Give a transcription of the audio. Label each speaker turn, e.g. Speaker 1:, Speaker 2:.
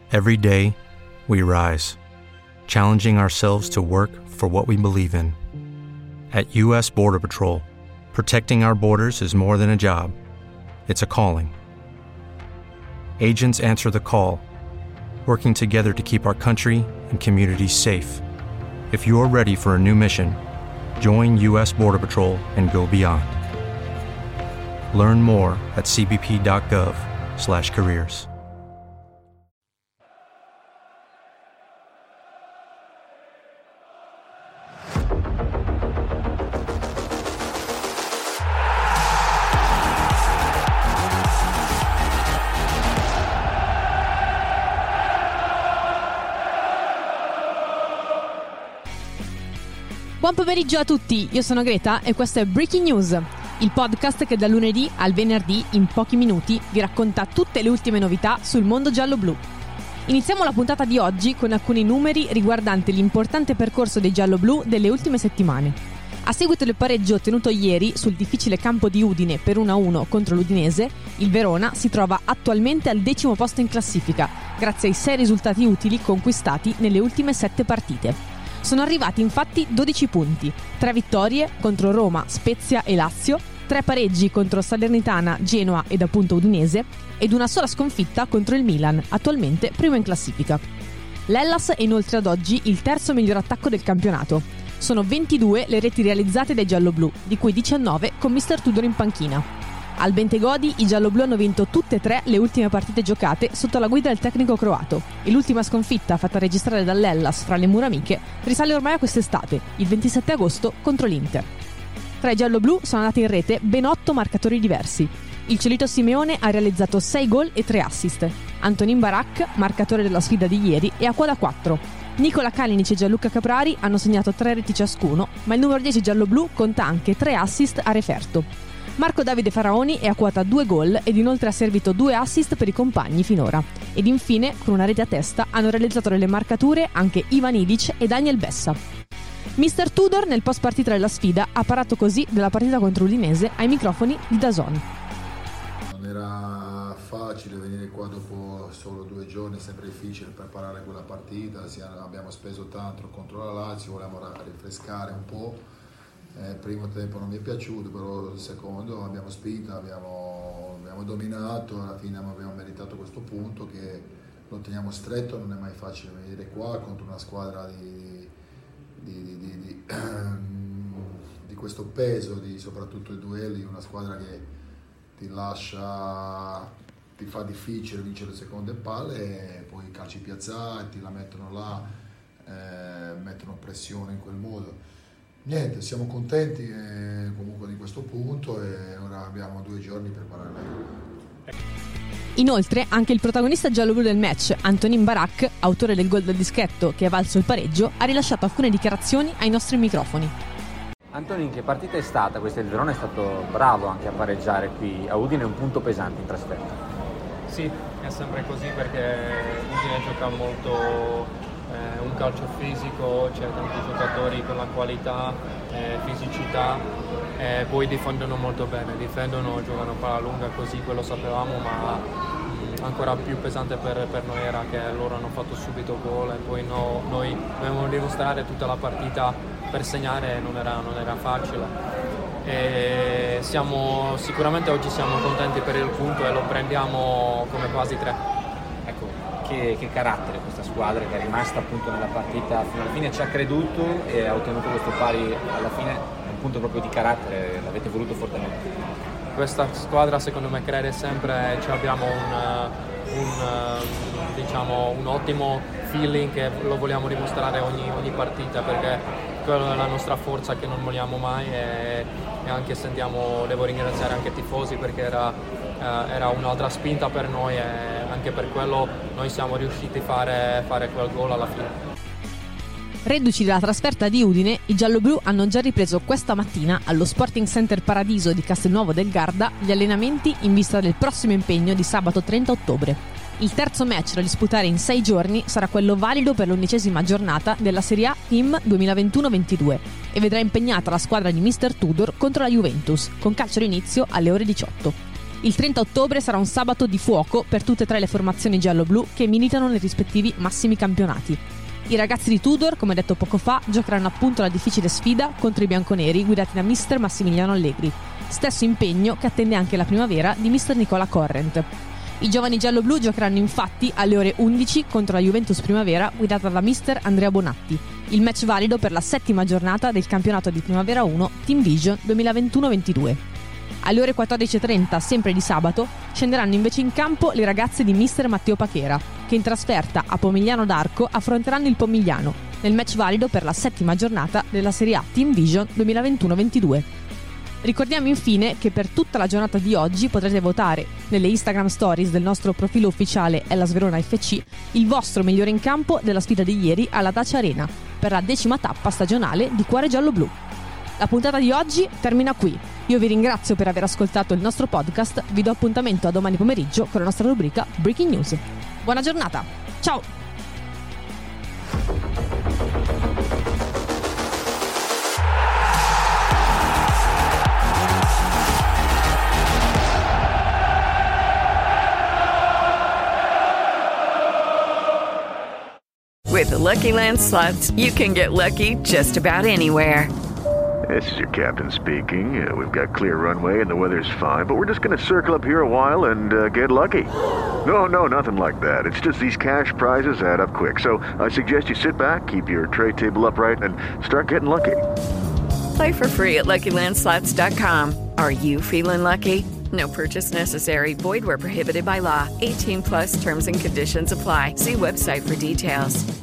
Speaker 1: Every day, we rise, challenging ourselves to work for what we believe in. At U.S. Border Patrol, protecting our borders is more than a job. It's a calling. Agents answer the call, working together to keep our country and communities safe. If you're ready for a new mission, join U.S. Border Patrol and go beyond. Learn more at cbp.gov/careers.
Speaker 2: Buon pomeriggio a tutti, io sono Greta e questo è Breaking News, il podcast che dal lunedì al venerdì in pochi minuti vi racconta tutte le ultime novità sul mondo giallo-blu. Iniziamo la puntata di oggi con alcuni numeri riguardanti l'importante percorso dei giallo-blu delle ultime settimane. A seguito del pareggio ottenuto ieri sul difficile campo di Udine per 1-1 contro l'Udinese, il Verona si trova attualmente al 10° posto in classifica, grazie ai 6 risultati utili conquistati nelle ultime 7 partite. Sono arrivati infatti 12 punti, 3 vittorie contro Roma, Spezia e Lazio, 3 pareggi contro Salernitana, Genoa ed appunto Udinese ed una sola sconfitta contro il Milan, attualmente primo in classifica. L'Hellas è inoltre ad oggi il terzo miglior attacco del campionato. Sono 22 le reti realizzate dai gialloblu, di cui 19 con Mr. Tudor in panchina. Al Bentegodi i gialloblu hanno vinto tutte e 3 le ultime partite giocate sotto la guida del tecnico croato e l'ultima sconfitta fatta registrare dall'Hellas fra le mura amiche risale ormai a quest'estate, il 27 agosto contro l'Inter. Tra i gialloblu sono andati in rete ben 8 marcatori diversi. Il Ciolito Simeone ha realizzato 6 gol e 3 assist. Antonin Barak, marcatore della sfida di ieri, è a quota 4. Nicola Kalinic e Gianluca Caprari hanno segnato 3 reti ciascuno, ma il numero 10 gialloblu conta anche 3 assist a referto. Marco Davide Faraoni è a quota 2 gol ed inoltre ha servito 2 assist per i compagni finora. Ed infine, con una rete a testa, hanno realizzato le marcature anche Ivan Idic e Daniel Bessa. Mr. Tudor nel post partita della sfida ha parlato così della partita contro l'Udinese ai microfoni di DAZN.
Speaker 3: Non era facile venire qua dopo solo 2 giorni, è sempre difficile preparare quella partita, abbiamo speso tanto contro la Lazio, volevamo rinfrescare un po'. Il primo tempo non mi è piaciuto, però il secondo abbiamo spinto, abbiamo dominato, alla fine abbiamo meritato questo punto che lo teniamo stretto, non è mai facile venire qua contro una squadra di questo peso, soprattutto i duelli, una squadra che ti fa difficile vincere le seconde palle e poi i calci piazzati, la mettono là, mettono pressione in quel modo. Niente, siamo contenti comunque di questo punto e ora abbiamo 2 giorni per parare meglio.
Speaker 2: Inoltre anche il protagonista gialloblu del match, Antonin Barak, autore del gol del dischetto che ha valso il pareggio, ha rilasciato alcune dichiarazioni ai nostri microfoni.
Speaker 4: Antonin, che partita è stata questa? Il Verona è stato bravo anche a pareggiare qui a Udine, un punto pesante in trasferta.
Speaker 5: Sì, è sempre così perché Udine gioca molto un calcio fisico, c'è tanti giocatori con la qualità, fisicità, poi difendono molto bene, giocano palla lunga così, quello sapevamo, ma ancora più pesante per noi era che loro hanno fatto subito gol e poi noi dovevamo dimostrare tutta la partita per segnare, non era facile. E sicuramente oggi siamo contenti per il punto e lo prendiamo come quasi 3.
Speaker 4: Che carattere questa squadra che è rimasta appunto nella partita fino alla fine, ci ha creduto e ha ottenuto questo pari alla fine, è un punto proprio di carattere, l'avete voluto fortemente.
Speaker 5: Questa squadra secondo me crede sempre, abbiamo un ottimo feeling che lo vogliamo dimostrare ogni partita perché quella è la nostra forza che non molliamo mai e anche devo ringraziare anche i tifosi perché era un'altra spinta per noi e anche per quello noi siamo riusciti a fare quel gol alla fine.
Speaker 2: Reduci dalla trasferta di Udine, i gialloblu hanno già ripreso questa mattina allo Sporting Center Paradiso di Castelnuovo del Garda gli allenamenti in vista del prossimo impegno di sabato 30 ottobre. Il terzo match da disputare in 6 giorni sarà quello valido per l'11ª giornata della Serie A Team 2021-22 e vedrà impegnata la squadra di Mr. Tudor contro la Juventus, con calcio d'inizio alle ore 18. Il 30 ottobre sarà un sabato di fuoco per tutte e 3 le formazioni giallo-blu che militano nei rispettivi massimi campionati. I ragazzi di Tudor, come detto poco fa, giocheranno appunto la difficile sfida contro i bianconeri guidati da mister Massimiliano Allegri. Stesso impegno che attende anche la primavera di mister Nicola Corrent. I giovani giallo-blu giocheranno infatti alle ore 11 contro la Juventus Primavera guidata da mister Andrea Bonatti. Il match valido per la 7ª giornata del campionato di Primavera 1 Team Vision 2021-22. Alle ore 14.30, sempre di sabato, scenderanno invece in campo le ragazze di mister Matteo Pachera, che in trasferta a Pomigliano d'Arco affronteranno il Pomigliano, nel match valido per la 7ª giornata della Serie A Team Vision 2021-22. Ricordiamo infine che per tutta la giornata di oggi potrete votare nelle Instagram Stories del nostro profilo ufficiale Hellas Verona FC il vostro migliore in campo della sfida di ieri alla Dacia Arena per la 10ª tappa stagionale di Cuore Giallo Blu. La puntata di oggi termina qui. Io vi ringrazio per aver ascoltato il nostro podcast, vi do appuntamento a domani pomeriggio con la nostra rubrica Breaking News. Buona giornata, ciao!
Speaker 6: With the Lucky Land Slots, you can get lucky just about anywhere.
Speaker 7: This is your captain speaking. We've got clear runway and the weather's fine, but we're just going to circle up here a while and get lucky. No, nothing like that. It's just these cash prizes add up quick. So I suggest you sit back, keep your tray table upright, and start getting lucky.
Speaker 6: Play for free at LuckyLandSlots.com. Are you feeling lucky? No purchase necessary. Void where prohibited by law. 18+ terms and conditions apply. See website for details.